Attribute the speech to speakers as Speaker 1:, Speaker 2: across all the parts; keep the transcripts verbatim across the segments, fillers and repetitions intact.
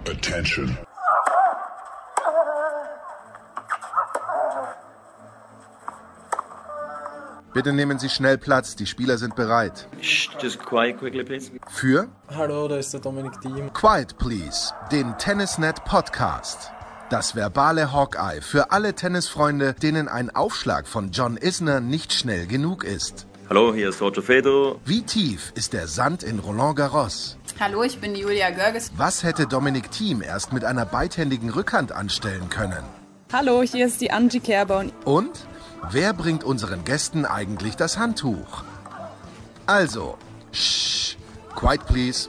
Speaker 1: Attention.
Speaker 2: Bitte nehmen Sie schnell Platz, die Spieler sind bereit.
Speaker 3: Just quiet quickly, please.
Speaker 2: Für
Speaker 4: Hallo, da ist der Dominik Thiem.
Speaker 2: Quiet Please, den Tennisnet Podcast. Das verbale Hawkeye für alle Tennisfreunde, denen ein Aufschlag von John Isner nicht schnell genug ist.
Speaker 3: Hallo, hier ist Roger Federer.
Speaker 2: Wie tief ist der Sand in Roland Garros?
Speaker 5: Hallo, ich bin Julia Görges.
Speaker 2: Was hätte Dominik Thiem erst mit einer beidhändigen Rückhand anstellen können?
Speaker 6: Hallo, hier ist die Angie Kerber.
Speaker 2: Und wer bringt unseren Gästen eigentlich das Handtuch? Also, shh, quiet please.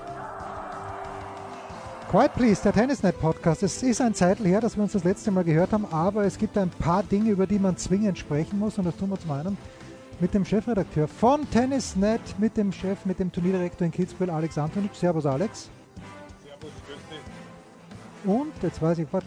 Speaker 7: Quiet Please, der Tennisnet-Podcast. Es ist ein Zeitl her, dass wir uns das letzte Mal gehört haben, aber es gibt ein paar Dinge, über die man zwingend sprechen muss, und das tun wir zum einen mit dem Chefredakteur von Tennisnet, mit dem Chef, mit dem Turnierdirektor in Kitzbühel, Alex Antonic. Servus, Alex.
Speaker 8: Servus, grüß dich.
Speaker 7: Und, jetzt weiß ich, was...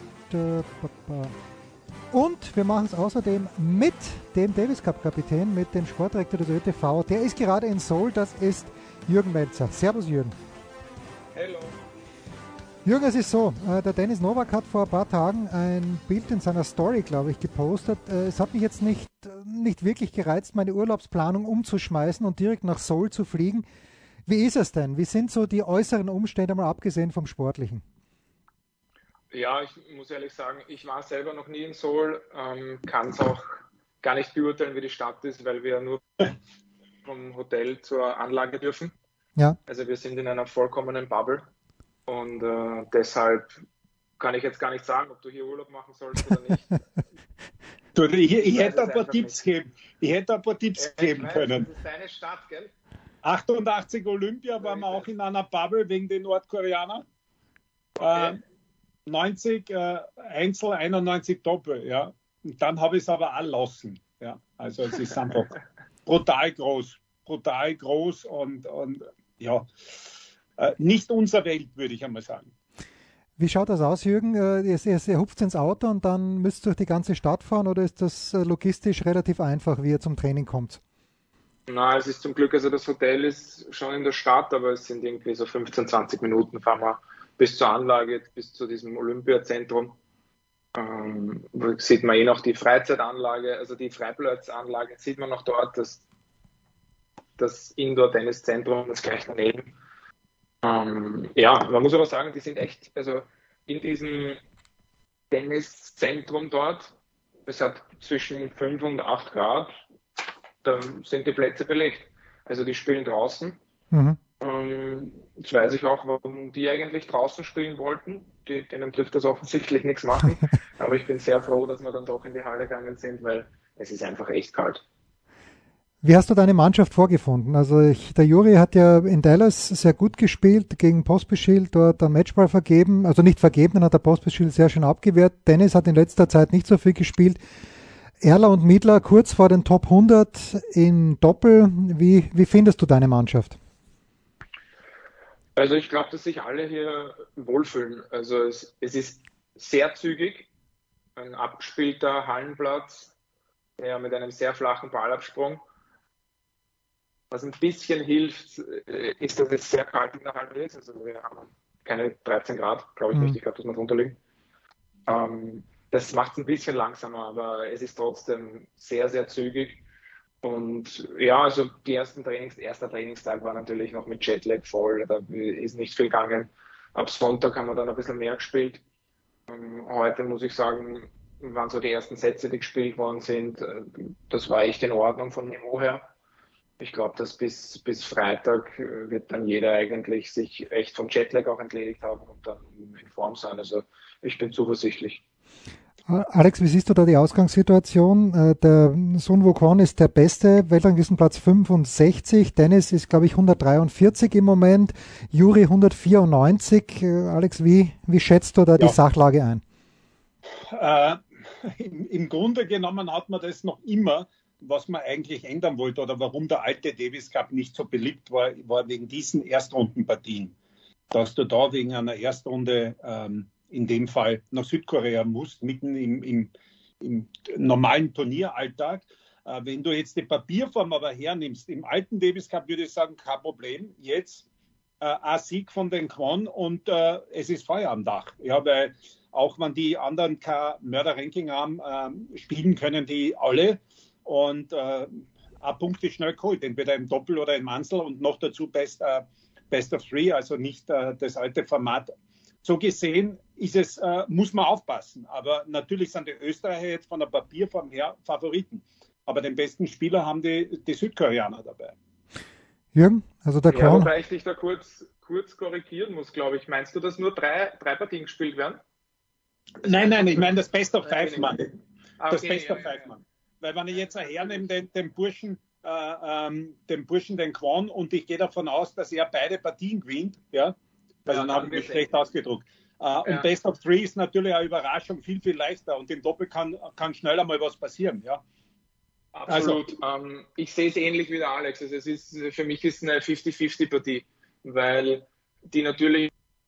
Speaker 7: Und wir machen es außerdem mit dem Davis Cup Kapitän, mit dem Sportdirektor des Ö T V. Der ist gerade in Seoul, das ist Jürgen Melzer. Servus, Jürgen.
Speaker 8: Hallo.
Speaker 7: Jürgen, es ist so, äh, der Dennis Novak hat vor ein paar Tagen ein Bild in seiner Story, glaube ich, gepostet. Äh, es hat mich jetzt nicht, nicht wirklich gereizt, meine Urlaubsplanung umzuschmeißen und direkt nach Seoul zu fliegen. Wie ist es denn? Wie sind so die äußeren Umstände, mal abgesehen vom Sportlichen?
Speaker 8: Ja, ich muss ehrlich sagen, ich war selber noch nie in Seoul, ähm, kann es auch gar nicht beurteilen, wie die Stadt ist, weil wir nur vom Hotel zur Anlage dürfen.
Speaker 7: Ja.
Speaker 8: Also wir sind in einer vollkommenen Bubble. Und äh, deshalb kann ich jetzt gar nicht sagen, ob du hier Urlaub machen sollst oder nicht.
Speaker 9: du, ich, ich, hätte ein paar Tipps geben. ich hätte ein paar Tipps
Speaker 8: äh,
Speaker 9: geben
Speaker 8: weiß,
Speaker 9: können.
Speaker 8: Das ist deine Stadt, gell?
Speaker 9: achtundachtzig Olympia waren wir auch in einer Bubble wegen den Nordkoreanern.
Speaker 8: Okay.
Speaker 9: Äh, neunzig äh, Einzel, einundneunzig Doppel. Ja. Und dann habe ich es aber auch lassen. Ja. Also es ist einfach brutal groß. Brutal groß und, und ja. Nicht unserer Welt, würde ich einmal sagen.
Speaker 7: Wie schaut das aus, Jürgen? Ihr, ihr hupft ins Auto und dann müsst ihr durch die ganze Stadt fahren, oder ist das logistisch relativ einfach, wie ihr zum Training kommt?
Speaker 8: Na, es ist zum Glück, also das Hotel ist schon in der Stadt, aber es sind irgendwie so fünfzehn, zwanzig Minuten fahren wir bis zur Anlage, bis zu diesem Olympiazentrum. Ähm, sieht man eh noch die Freizeitanlage, also die Freiplatzanlage sieht man noch dort, das, das Indoor-Tenniszentrum, das gleich daneben. Ähm, ja, man muss aber sagen, die sind echt, also in diesem Tenniszentrum dort, es hat zwischen fünf und acht Grad, da sind die Plätze belegt. Also die spielen draußen.
Speaker 7: Mhm.
Speaker 8: Ähm, jetzt weiß ich auch, warum die eigentlich draußen spielen wollten. Die, denen trifft das offensichtlich nichts machen. Aber ich bin sehr froh, dass wir dann doch in die Halle gegangen sind, weil es ist einfach echt kalt.
Speaker 7: Wie hast du deine Mannschaft vorgefunden? Also ich, der Juri hat ja in Dallas sehr gut gespielt, gegen Pospischil dort einen Matchball vergeben, also nicht vergeben, dann hat der Pospischil sehr schön abgewehrt. Dennis hat in letzter Zeit nicht so viel gespielt. Erler und Miedler kurz vor den Top hundert im Doppel. Wie, wie findest du deine Mannschaft?
Speaker 8: Also ich glaube, dass sich alle hier wohlfühlen. Also es, es ist sehr zügig, ein abgespielter Hallenplatz, ja, mit einem sehr flachen Ballabsprung. Was ein bisschen hilft, ist, dass es sehr kalt in der Halle ist. Also wir haben keine dreizehn Grad, glaube ich
Speaker 7: Mhm.
Speaker 8: nicht. Ich glaube, dass wir drunter liegen. Ähm, das macht es ein bisschen langsamer, aber es ist trotzdem sehr, sehr zügig. Und ja, also die ersten Trainings, erster Trainingstag war natürlich noch mit Jetlag voll. Da ist nicht viel gegangen. Ab Sonntag haben wir dann ein bisschen mehr gespielt. Ähm, heute muss ich sagen, waren so die ersten Sätze, die gespielt worden sind. Das war echt in Ordnung von Niveau her. Ich glaube, dass bis, bis Freitag wird dann jeder eigentlich sich echt vom Jetlag auch entledigt haben und dann in Form sein. Also ich bin zuversichtlich.
Speaker 7: Alex, wie siehst du da die Ausgangssituation? Der Sun Wukong ist der beste, Weltranglistenplatz fünfundsechzig. Dennis ist, glaube ich, hundertdreiundvierzig im Moment. Juri hundertvierundneunzig. Alex, wie, wie schätzt du da die
Speaker 9: Ja.
Speaker 7: Sachlage ein?
Speaker 9: Äh, im, Im Grunde genommen hat man das noch immer, was man eigentlich ändern wollte oder warum der alte Davis Cup nicht so beliebt war, war wegen diesen Erstrundenpartien. Dass du da wegen einer Erstrunde ähm, in dem Fall nach Südkorea musst, mitten im, im, im normalen Turnieralltag. Äh, wenn du jetzt die Papierform aber hernimmst, im alten Davis Cup würde ich sagen, kein Problem. Jetzt äh, ein Sieg von den Kwon und äh, es ist Feuer am Dach. Ja, weil auch wenn die anderen kein Mörder-Ranking haben, äh, spielen können die alle und äh, ein Punkt ist schnell geholt, entweder im Doppel oder im Einzel und noch dazu Best, äh, Best of Three, also nicht äh, das alte Format. So gesehen ist es, äh, muss man aufpassen. Aber natürlich sind die Österreicher jetzt von der Papierform her Favoriten. Aber den besten Spieler haben die, die Südkoreaner dabei.
Speaker 7: Jürgen, also der
Speaker 8: Ja,
Speaker 7: Kwon.
Speaker 8: wobei ich dich da kurz, kurz korrigieren muss, glaube ich. Meinst du, dass nur drei, drei Partien gespielt werden?
Speaker 9: Nein, nein, ich meine das Best of Five, Mann.
Speaker 8: Ah,
Speaker 9: Das
Speaker 8: okay,
Speaker 9: Best
Speaker 8: ja,
Speaker 9: of
Speaker 8: ja,
Speaker 9: Five,
Speaker 8: ja.
Speaker 9: Mann. Weil wenn ich jetzt hernehme, den, den Burschen, äh, ähm, den Burschen, den Kwon, und ich gehe davon aus, dass er beide Partien gewinnt, ja, also
Speaker 8: Ja,
Speaker 9: dann habe ich mich schlecht ausgedruckt. Äh,
Speaker 8: Ja.
Speaker 9: Und Best of Three ist natürlich eine Überraschung, viel, viel leichter. Und im Doppel kann, kann schneller mal was passieren, ja.
Speaker 8: Absolut. Also, ähm, ich sehe es ähnlich wie der Alex. Also es ist, für mich ist es eine fünfzig fünfzig Partie, weil die natürlich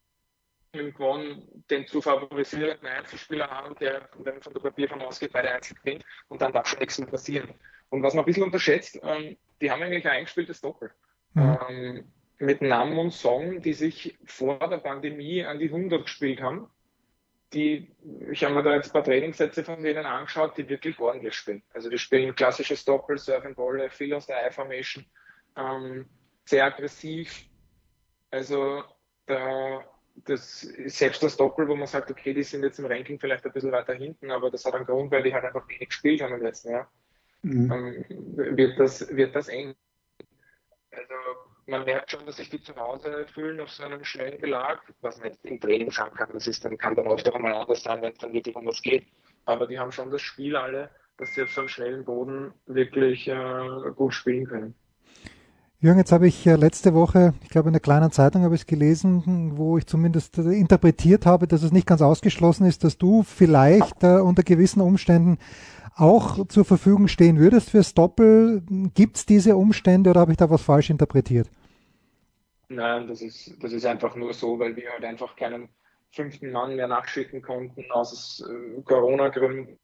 Speaker 8: im Quon den zu favorisierenden Einzelspieler haben, der, wenn man von der Papierform ausgeht, beide Einzel gewinnt und dann darf schon nichts mehr passieren. Und was man ein bisschen unterschätzt, ähm, die haben eigentlich ein eingespieltes Doppel. Mhm. Ähm, mit Nam und Song, die sich vor der Pandemie an die hundert gespielt haben. Die, ich habe mir da jetzt ein paar Trainingssätze von denen angeschaut, die wirklich ordentlich spielen. Also die spielen klassisches Doppel, Surf and Volley, viel aus der I-Formation, ähm, sehr aggressiv. Also da, das ist selbst das Doppel, wo man sagt, okay, die sind jetzt im Ranking vielleicht ein bisschen weiter hinten, aber das hat einen Grund, weil die halt einfach wenig gespielt haben im letzten Jahr. Mhm. Ähm, wird das, wird das eng. Also man merkt schon, dass sich die zu Hause fühlen auf so einem schnellen Belag, was man jetzt im Training sagen kann. Das ist dann, kann dann oft auch mal anders sein, wenn es dann wirklich um was geht. Aber die haben schon das Spiel alle, dass sie auf so einem schnellen Boden wirklich äh, gut spielen können.
Speaker 7: Jürgen, jetzt habe ich äh, letzte Woche, ich glaube in einer kleinen Zeitung habe ich es gelesen, wo ich zumindest äh, interpretiert habe, dass es nicht ganz ausgeschlossen ist, dass du vielleicht äh, unter gewissen Umständen auch zur Verfügung stehen würdest fürs Doppel. Gibt es diese Umstände oder habe ich da was falsch interpretiert?
Speaker 8: Nein, das ist, das ist einfach nur so, weil wir halt einfach keinen fünften Mann mehr nachschicken konnten aus äh, Corona-Gründen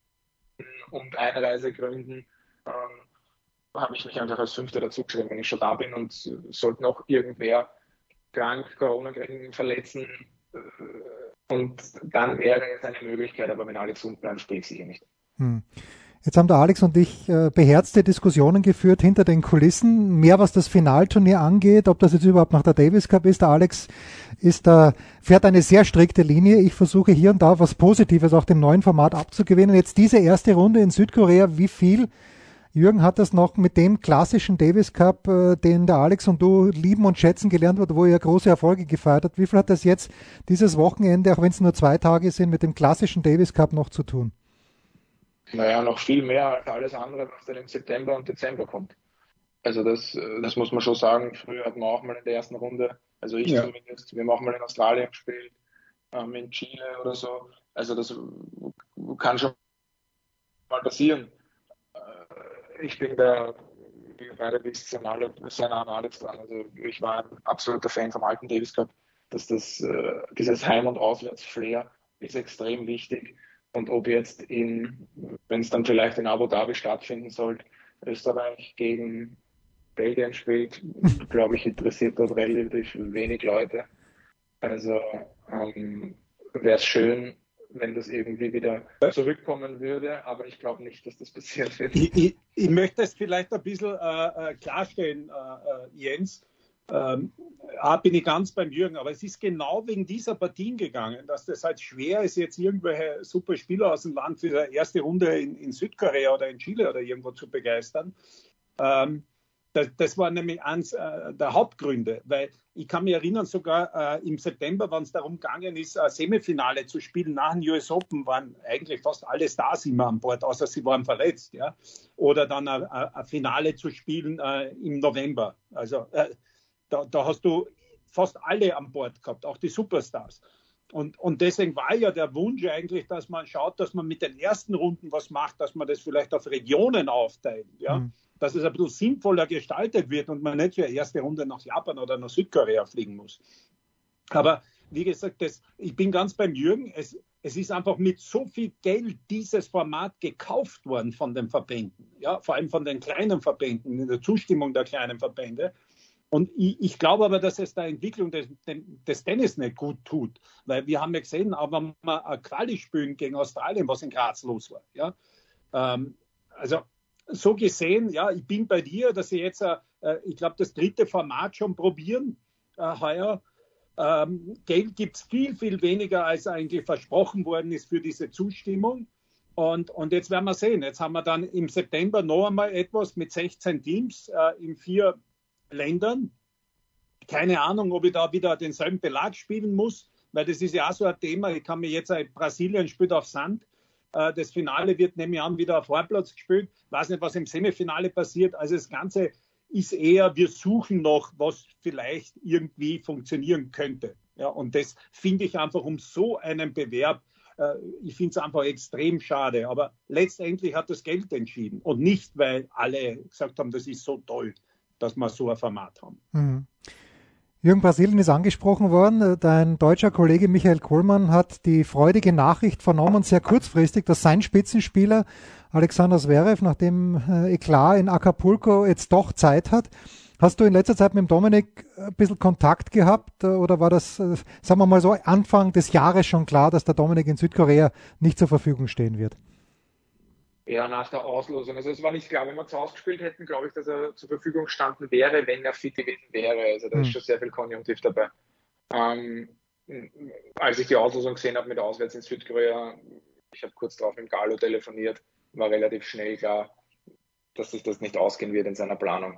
Speaker 8: und Einreisegründen. Ähm, habe ich mich einfach als Fünfter dazugeschrieben, wenn ich schon da bin, und sollte noch irgendwer krank, Corona-Gründen verletzen äh, und dann wäre es eine Möglichkeit, aber wenn alle gesund bleiben, spiele ich sicher nicht.
Speaker 7: Hm. Jetzt haben der Alex und ich äh, beherzte Diskussionen geführt hinter den Kulissen, mehr was das Finalturnier angeht, ob das jetzt überhaupt nach der Davis Cup ist. Der Alex ist da, fährt eine sehr strikte Linie. Ich versuche hier und da was Positives auch dem neuen Format abzugewinnen. Jetzt diese erste Runde in Südkorea, wie viel, Jürgen, hat das noch mit dem klassischen Davis Cup, äh, den der Alex und du lieben und schätzen gelernt habt, wo ihr große Erfolge gefeiert habt, wie viel hat das jetzt dieses Wochenende, auch wenn es nur zwei Tage sind, mit dem klassischen Davis Cup noch zu tun?
Speaker 8: Naja, noch viel mehr als alles andere, was dann im September und Dezember kommt. Also das, das muss man schon sagen. Früher hatten wir auch mal in der ersten Runde, also ich ja. zumindest, wir haben auch mal in Australien gespielt, ähm, in Chile oder so. Also das kann schon mal passieren. Ich bin da, wie ihr beide wisst, sehr nah an Alex dran. Also ich war ein absoluter Fan vom alten Davis Cup. Dass das, dieses Heim- und Auswärts-Flair ist extrem wichtig. Und ob jetzt in, wenn es dann vielleicht in Abu Dhabi stattfinden soll, Österreich gegen Belgien spielt, glaube ich, interessiert dort relativ wenig Leute. Also ähm, wäre es schön, wenn das irgendwie wieder zurückkommen würde, aber ich glaube nicht, dass das passiert wird.
Speaker 9: Ich, ich, ich möchte es vielleicht ein bisschen äh, klarstellen, äh, Jens. Ähm, ah, bin ich ganz beim Jürgen, aber es ist genau wegen dieser Partien gegangen, dass das halt schwer ist, jetzt irgendwelche super Spieler aus dem Land für die erste Runde in, in Südkorea oder in Chile oder irgendwo zu begeistern. Ähm, das, das war nämlich eins äh, der Hauptgründe, weil ich kann mich erinnern, sogar äh, im September, wenn es darum gegangen ist, ein Semifinale zu spielen nach dem U S Open, waren eigentlich fast alle Stars immer an Bord, außer sie waren verletzt, ja. Oder dann ein, ein Finale zu spielen äh, im November. Also äh, Da, da hast du fast alle an Bord gehabt, auch die Superstars. Und, und deswegen war ja der Wunsch eigentlich, dass man schaut, dass man mit den ersten Runden was macht, dass man das vielleicht auf Regionen aufteilt, ja? Mhm. Dass es ein bisschen sinnvoller gestaltet wird und man nicht für die erste Runde nach Japan oder nach Südkorea fliegen muss. Aber wie gesagt, das, ich bin ganz beim Jürgen, es, es ist einfach mit so viel Geld dieses Format gekauft worden von den Verbänden, ja? Vor allem von den kleinen Verbänden, in der Zustimmung der kleinen Verbände. Und ich, ich glaube aber, dass es der Entwicklung des, des Tennis nicht gut tut. Weil wir haben ja gesehen, aber wenn wir ein Quali spielen gegen Australien, was in Graz los war. Ja? Ähm, also so gesehen, ja, ich bin bei dir, dass sie jetzt, äh, ich glaube, das dritte Format schon probieren äh, heuer. Ähm, Geld gibt es viel, viel weniger, als eigentlich versprochen worden ist für diese Zustimmung. Und, und jetzt werden wir sehen. Jetzt haben wir dann im September noch einmal etwas mit sechzehn Teams äh, in vier Ländern. Keine Ahnung, ob ich da wieder denselben Belag spielen muss, weil das ist ja auch so ein Thema. Ich kann mir jetzt, Brasilien spielt auf Sand. Das Finale wird nämlich an wieder auf Vorplatz gespielt. Ich weiß nicht, was im Semifinale passiert. Also das Ganze ist eher, wir suchen noch, was vielleicht irgendwie funktionieren könnte. Ja, und das finde ich einfach um so einen Bewerb, äh, ich finde es einfach extrem schade. Aber letztendlich hat das Geld entschieden und nicht, weil alle gesagt haben, das ist so toll, dass wir so ein Format haben.
Speaker 7: Mhm. Jürgen, Brasilien ist angesprochen worden. Dein deutscher Kollege Michael Kohlmann hat die freudige Nachricht vernommen, sehr kurzfristig, dass sein Spitzenspieler Alexander Zverev nach dem Eklat in Acapulco jetzt doch Zeit hat. Hast du in letzter Zeit mit dem Dominik ein bisschen Kontakt gehabt oder war das, sagen wir mal so, Anfang des Jahres schon klar, dass der Dominik in Südkorea nicht zur Verfügung stehen wird?
Speaker 8: Ja, nach der Auslosung. Also es war nicht klar, wenn wir zu Hause gespielt hätten, glaube ich, dass er zur Verfügung gestanden wäre, wenn er fit gewesen wäre. Also da ist hm. schon sehr viel Konjunktiv dabei. Ähm, als ich die Auslosung gesehen habe mit Auswärts in Südkorea, ich habe kurz darauf mit Galo telefoniert, war relativ schnell klar, dass sich das nicht ausgehen wird in seiner Planung.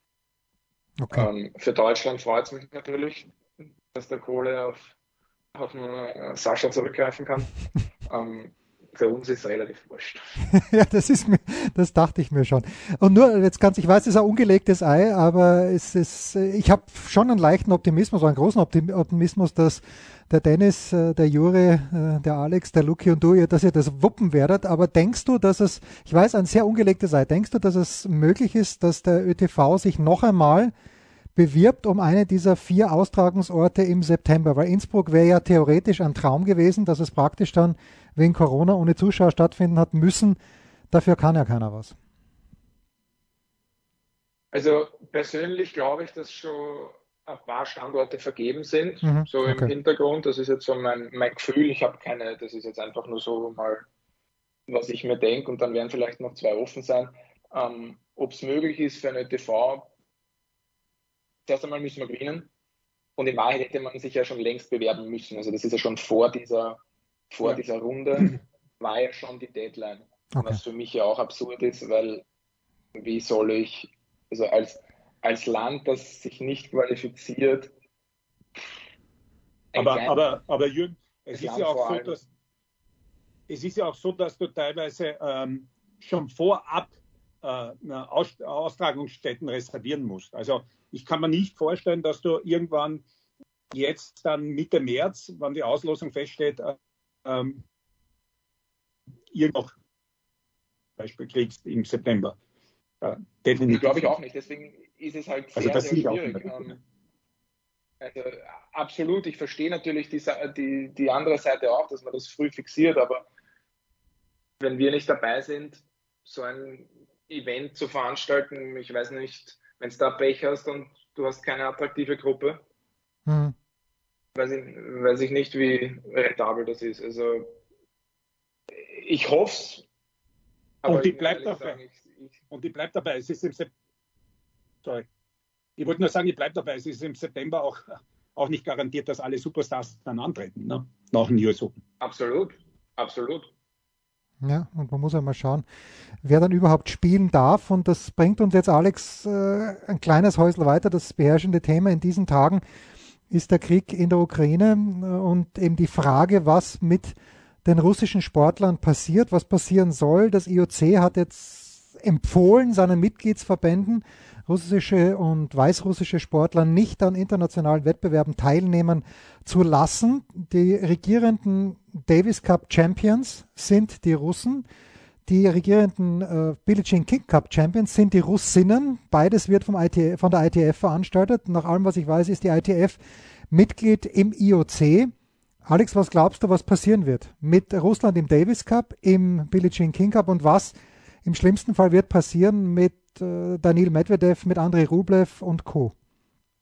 Speaker 8: Okay. Ähm, für Deutschland freut es mich natürlich, dass der Kohle auf, auf den Sascha zurückgreifen kann. ähm, Für uns ist es relativ wurscht.
Speaker 7: Ja, das ist mir, das dachte ich mir schon. Und nur jetzt ganz, ich weiß, es ist ein ungelegtes Ei, aber es ist, ich habe schon einen leichten Optimismus, oder einen großen Optimismus, dass der Dennis, der Jure, der Alex, der Luki und du, dass ihr das wuppen werdet. Aber denkst du, dass es, ich weiß, ein sehr ungelegtes Ei, denkst du, dass es möglich ist, dass der ÖTV sich noch einmal bewirbt um eine dieser vier Austragungsorte im September? Weil Innsbruck wäre ja theoretisch ein Traum gewesen, dass es praktisch dann wegen Corona ohne Zuschauer stattfinden hat müssen. Dafür kann ja keiner was.
Speaker 8: Also persönlich glaube ich, dass schon ein paar Standorte vergeben sind, mhm, so im okay. Hintergrund. Das ist jetzt so mein, mein Gefühl. Ich habe keine, das ist jetzt einfach nur so mal, was ich mir denke, und dann werden vielleicht noch zwei offen sein. Ähm, ob es möglich ist für eine T V, zuerst einmal müssen wir gewinnen. Und in Wahrheit hätte man sich ja schon längst bewerben müssen. Also das ist ja schon vor dieser, vor ja. dieser Runde, war ja schon die Deadline. Okay. Was für mich ja auch absurd ist, weil wie soll ich, also als, als Land, das sich nicht qualifiziert.
Speaker 9: Aber, aber, aber Jürgen, es ist, ja auch so, dass, es ist ja auch so, dass du teilweise ähm, schon vorab äh, Aus, Austragungsstätten reservieren musst. Also ich kann mir nicht vorstellen, dass du irgendwann jetzt dann Mitte März, wenn die Auslosung feststeht, ähm, irgendwo Beispiel kriegst im September. Ja, definitiv.
Speaker 8: Glaube ich auch nicht. Deswegen ist es halt sehr, also sehr schwierig. Ähm, also, absolut. Ich verstehe natürlich die, die, die andere Seite auch, dass man das früh fixiert, aber wenn wir nicht dabei sind, so ein Event zu veranstalten, ich weiß nicht, wenn du da Pech hast und du hast keine attraktive Gruppe, hm. weiß, ich, weiß ich nicht, wie rentabel das ist. Also ich hoffe es.
Speaker 9: Und die bleibt dabei. Sagen, ich, ich, und die bleibt dabei. Es ist im September. Sorry. Ich wollte nur sagen, ich bleibe dabei. Es ist im September auch, auch nicht garantiert, dass alle Superstars dann antreten, ne? Nach dem U S Open.
Speaker 8: Absolut, absolut.
Speaker 7: Ja, und man muss ja mal schauen, wer dann überhaupt spielen darf. Und das bringt uns jetzt, Alex, äh, ein kleines Häusl weiter. Das beherrschende Thema in diesen Tagen ist der Krieg in der Ukraine und eben die Frage, was mit den russischen Sportlern passiert, was passieren soll. Das I O C hat jetzt empfohlen, seinen Mitgliedsverbänden, russische und weißrussische Sportler nicht an internationalen Wettbewerben teilnehmen zu lassen. Die regierenden Davis Cup Champions sind die Russen. Die regierenden äh, Billie Jean King Cup Champions sind die Russinnen. Beides wird vom I T F, von der I T F veranstaltet. Nach allem, was ich weiß, ist die I T F Mitglied im I O C. Alex, was glaubst du, was passieren wird mit Russland im Davis Cup, im Billie Jean King Cup und was im schlimmsten Fall wird passieren mit äh, Daniil Medvedev, mit Andrei Rublev und Co.?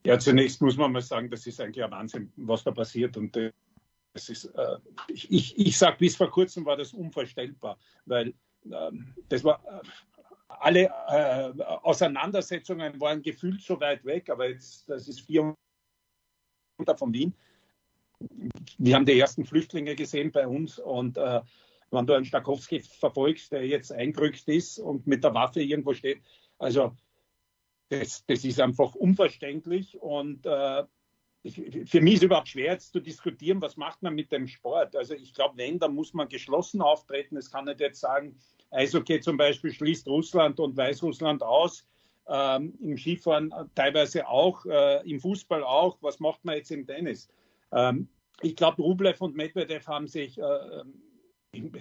Speaker 9: Ja, zunächst muss man mal sagen, das ist eigentlich ein Wahnsinn, was da passiert. Und das ist, äh, ich, ich, ich sage, bis vor kurzem war das unvorstellbar, weil äh, das war, äh, alle äh, Auseinandersetzungen waren gefühlt so weit weg, aber jetzt, das ist vierhundert von Wien. Wir haben die ersten Flüchtlinge gesehen bei uns und äh, wenn du einen Stakowski verfolgst, der jetzt eingerückt ist und mit der Waffe irgendwo steht, also das, das ist einfach unverständlich und äh, für mich ist überhaupt schwer jetzt zu diskutieren, was macht man mit dem Sport. Also ich glaube, wenn, dann muss man geschlossen auftreten. Es kann nicht jetzt sagen, Eishockey zum Beispiel schließt Russland und Weißrussland aus, ähm, im Skifahren teilweise auch, äh, im Fußball auch. Was macht man jetzt im Tennis? Ähm, ich glaube, Rublev und Medvedev haben sich äh, in,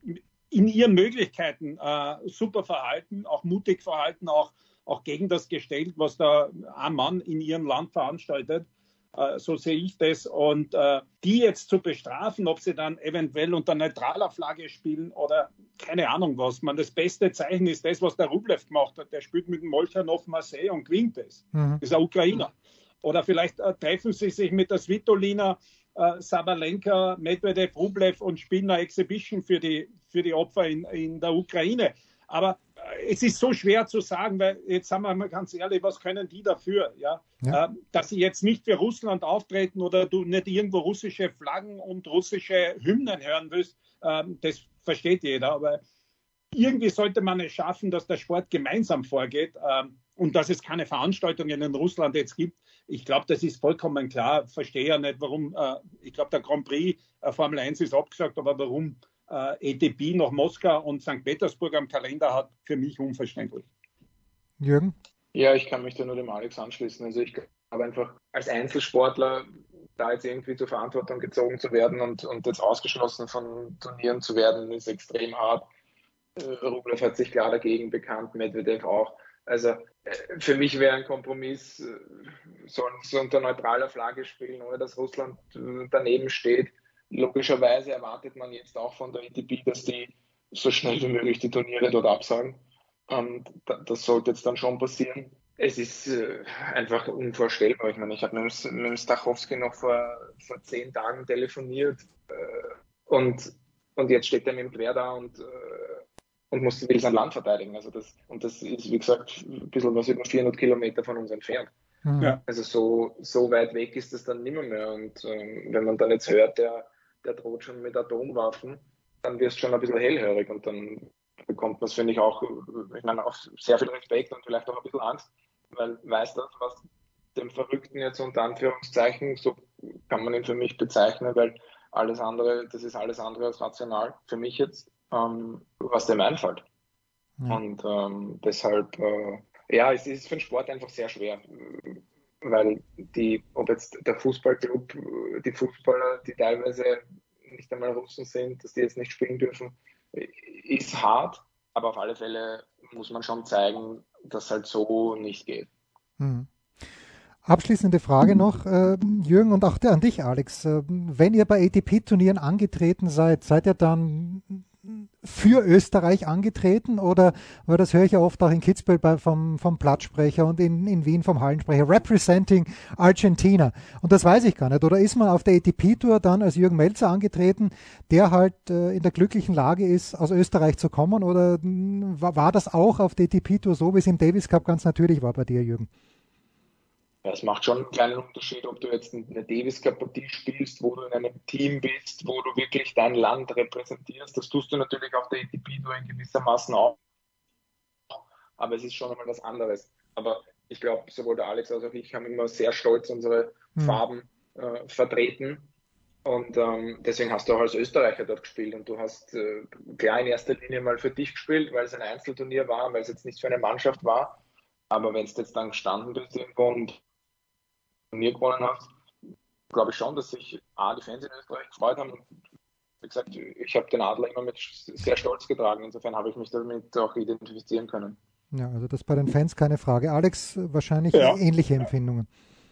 Speaker 9: in ihren Möglichkeiten äh, super verhalten, auch mutig verhalten, auch, auch gegen das gestellt, was da ein Mann in ihrem Land veranstaltet. Uh, so sehe ich das. Und uh, die jetzt zu bestrafen, ob sie dann eventuell unter neutraler Flagge spielen oder keine Ahnung was. Man, das beste Zeichen ist das, was der Rublev gemacht hat. Der spielt mit dem Molchanov Marseille und gewinnt es. Mhm. Das ist ein Ukrainer. Oder vielleicht uh, treffen sie sich mit der Svitolina, uh, Sabalenka, Medvedev, Rublev und spielen eine Exhibition für die, für die Opfer in, in der Ukraine. Aber es ist so schwer zu sagen, weil jetzt sagen wir mal ganz ehrlich, was können die dafür, ja? Ja. Äh, dass sie jetzt nicht für Russland auftreten oder du nicht irgendwo russische Flaggen und russische Hymnen hören willst, äh, das versteht jeder. Aber irgendwie sollte man es schaffen, dass der Sport gemeinsam vorgeht äh, und dass es keine Veranstaltungen in Russland jetzt gibt. Ich glaube, das ist vollkommen klar. Verstehe ja nicht, warum, äh, ich glaube, der Grand Prix äh, Formel eins ist abgesagt, aber warum A T P noch Moskau und Sankt Petersburg am Kalender hat, für mich unverständlich.
Speaker 7: Jürgen?
Speaker 8: Ja, ich kann mich da nur dem Alex anschließen. Also ich glaube einfach, als Einzelsportler da jetzt irgendwie zur Verantwortung gezogen zu werden und, und jetzt ausgeschlossen von Turnieren zu werden, ist extrem hart. Rublev hat sich klar dagegen bekannt, Medvedev auch. Also für mich wäre ein Kompromiss, sollen sie unter neutraler Flagge spielen, ohne dass Russland daneben steht. Logischerweise erwartet man jetzt auch von der A T P, dass die so schnell wie möglich die Turniere dort absagen. Und das sollte jetzt dann schon passieren. Es ist äh, einfach unvorstellbar. Ich meine, ich habe mit, mit dem Stachowski noch vor, vor zehn Tagen telefoniert äh, und, und jetzt steht er mit dem Quer da und, äh, und muss will sein Land verteidigen. Also das, und das ist, wie gesagt, ein bisschen was über vierhundert Kilometer von uns entfernt. Ja. Also so, so weit weg ist es dann nimmer mehr. Und äh, wenn man dann jetzt hört, der der droht schon mit Atomwaffen, dann wirst du schon ein bisschen hellhörig und dann bekommt man es, finde ich, auch, ich meine, auch sehr viel Respekt und vielleicht auch ein bisschen Angst, weil weiß das, was dem Verrückten jetzt unter Anführungszeichen, so kann man ihn für mich bezeichnen, weil alles andere, das ist alles andere als rational, für mich jetzt, ähm, was dem einfällt. Ja. Und ähm, deshalb, äh, ja, es ist für den Sport einfach sehr schwer. Weil die, ob jetzt der Fußballclub, die Fußballer, die teilweise nicht einmal Russen sind, dass die jetzt nicht spielen dürfen, ist hart, aber auf alle Fälle muss man schon zeigen, dass halt so nicht geht.
Speaker 7: Hm. Abschließende Frage noch, äh, Jürgen, und auch an dich, Alex. Äh, wenn ihr bei A T P-Turnieren angetreten seid, seid ihr dann für Österreich angetreten oder, weil das höre ich ja oft auch in Kitzbühel bei, vom, vom Plattsprecher und in, in Wien vom Hallensprecher, representing Argentina. Und das weiß ich gar nicht. Oder ist man auf der A T P-Tour dann als Jürgen Melzer angetreten, der halt äh, in der glücklichen Lage ist, aus Österreich zu kommen? Oder mh, war, war das auch auf der A T P-Tour so, wie es im Davis Cup ganz natürlich war bei dir, Jürgen?
Speaker 8: Ja, es macht schon einen kleinen Unterschied, ob du jetzt eine Davis-Cup-Partie spielst, wo du in einem Team bist, wo du wirklich dein Land repräsentierst. Das tust du natürlich auf der A T P-Tour in gewissermaßen auch. Aber es ist schon einmal was anderes. Aber ich glaube, sowohl der Alex als auch ich haben immer sehr stolz unsere mhm. Farben äh, vertreten. Und ähm, deswegen hast du auch als Österreicher dort gespielt. Und du hast äh, klar in erster Linie mal für dich gespielt, weil es ein Einzelturnier war, weil es jetzt nicht für eine Mannschaft war. Aber wenn du jetzt dann gestanden bist irgendwo und Turnier gewonnen hast, glaube ich schon, dass sich A, die Fans in Österreich gefreut haben. Und wie gesagt, ich habe den Adler immer mit sehr stolz getragen. Insofern habe ich mich damit auch identifizieren können.
Speaker 7: Ja, also das bei den Fans keine Frage. Alex, wahrscheinlich ja. ähnliche Empfindungen.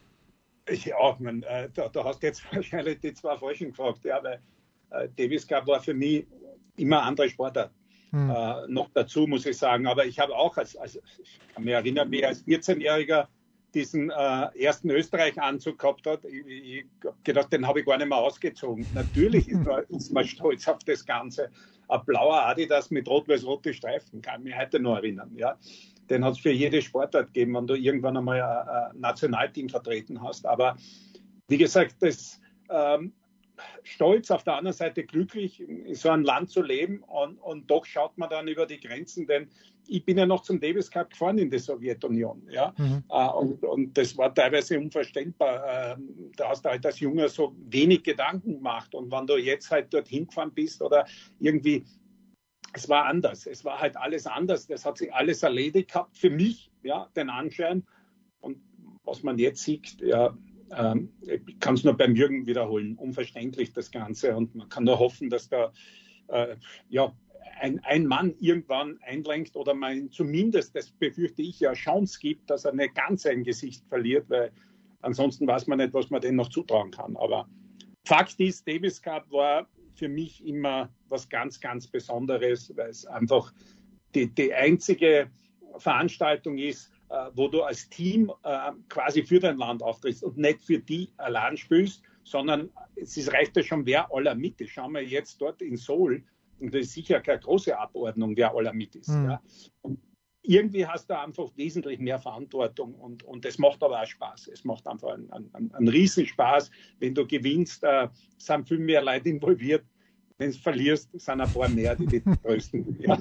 Speaker 9: Ja, man, äh, da, da hast du jetzt wahrscheinlich die zwei Falschen gefragt. Ja, weil äh, Davis Cup war für mich immer andere Sportart. Hm. Äh, noch dazu muss ich sagen. Aber ich habe auch, als, als ich kann mich erinnern, wie als vierzehnjähriger diesen äh, ersten Österreich-Anzug gehabt hat, ich, ich habe gedacht, den habe ich gar nicht mehr ausgezogen. Natürlich ist man, ist man stolz auf das Ganze. Ein blauer Adidas mit rot-weiß-roten Streifen, kann ich mich heute noch erinnern. Ja? Den hat es für jede Sportart gegeben, wenn du irgendwann einmal ein, ein Nationalteam vertreten hast. Aber wie gesagt, das ähm, stolz, auf der anderen Seite glücklich, in so einem Land zu leben und, und doch schaut man dann über die Grenzen, denn ich bin ja noch zum Davis Cup gefahren in der Sowjetunion, ja, mhm. uh, und, und das war teilweise unverständbar. Uh, da hast du halt als Junger so wenig Gedanken gemacht und wenn du jetzt halt dorthin gefahren bist oder irgendwie, es war anders, es war halt alles anders, das hat sich alles erledigt gehabt für mich, ja, den Anschein und was man jetzt sieht, ja, ähm, ich kann es nur beim Jürgen wiederholen, unverständlich das Ganze und man kann nur hoffen, dass da, äh, ja, Ein, ein Mann irgendwann einlenkt oder man zumindest, das befürchte ich ja, Chance gibt, dass er nicht ganz sein Gesicht verliert, weil ansonsten weiß man nicht, was man denen noch zutrauen kann. Aber Fakt ist, Davis Cup war für mich immer was ganz, ganz Besonderes, weil es einfach die, die einzige Veranstaltung ist, äh, wo du als Team äh, quasi für dein Land auftrittst und nicht für die allein spielst, sondern es ist, reicht ja schon, wer aller mit ist. Schauen wir jetzt dort in Seoul, und das ist sicher keine große Abordnung, wer aller mit ist. Mhm. Ja. Und irgendwie hast du einfach wesentlich mehr Verantwortung und, und das macht aber auch Spaß. Es macht einfach einen, einen, einen Riesenspaß. Wenn du gewinnst, äh, sind viel mehr Leute involviert. Wenn du verlierst, sind ein paar mehr, die dich trösten. Ja.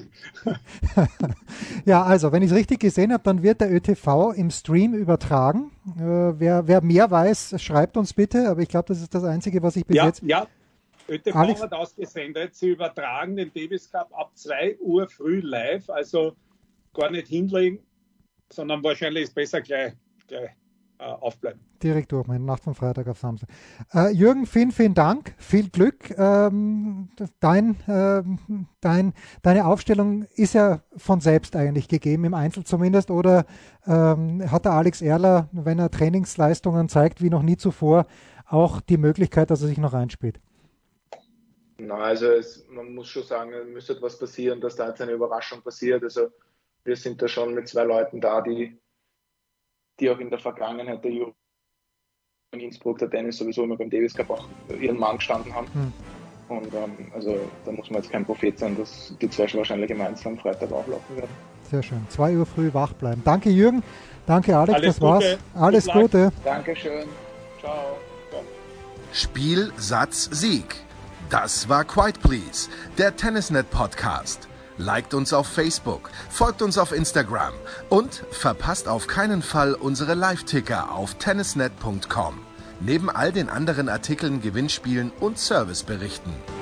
Speaker 7: Ja, also, wenn ich es richtig gesehen habe, dann wird der ÖTV im Stream übertragen. Äh, wer, wer mehr weiß, schreibt uns bitte, aber ich glaube, das ist das Einzige, was ich bis
Speaker 9: ja,
Speaker 7: jetzt...
Speaker 9: Ja. ÖTV
Speaker 7: Alex
Speaker 9: hat ausgesendet, sie übertragen den Davis Cup ab zwei Uhr früh live, also gar nicht hinlegen, sondern wahrscheinlich ist besser gleich, gleich äh, aufbleiben.
Speaker 7: Direkt durch, meine Nacht von Freitag auf Samstag. Äh, Jürgen, vielen, vielen Dank, viel Glück. Ähm, dein, ähm, dein, deine Aufstellung ist ja von selbst eigentlich gegeben, im Einzel zumindest, oder ähm, hat der Alex Erler, wenn er Trainingsleistungen zeigt wie noch nie zuvor, auch die Möglichkeit, dass er sich noch einspielt?
Speaker 8: Na, also es, man muss schon sagen, es müsste etwas passieren, dass da jetzt eine Überraschung passiert. Also wir sind da schon mit zwei Leuten da, die, die auch in der Vergangenheit, der Jürgen in Innsbruck, der Dennis sowieso immer beim Davis Cup auch ihren Mann gestanden haben. Hm. Und ähm, also da muss man jetzt kein Prophet sein, dass die zwei wahrscheinlich gemeinsam am Freitag auflaufen werden.
Speaker 7: Sehr schön. zwei Uhr früh wach bleiben. Danke Jürgen, danke Alex,
Speaker 9: Alles
Speaker 7: das war's.
Speaker 9: Gute.
Speaker 7: Alles Gute.
Speaker 8: Dankeschön. Ciao. Ciao.
Speaker 2: Spiel, Satz, Sieg. Das war Quiet Please, der Tennisnet Podcast. Liked uns auf Facebook, folgt uns auf Instagram und verpasst auf keinen Fall unsere Live-Ticker auf tennisnet punkt com. Neben all den anderen Artikeln, Gewinnspielen und Serviceberichten.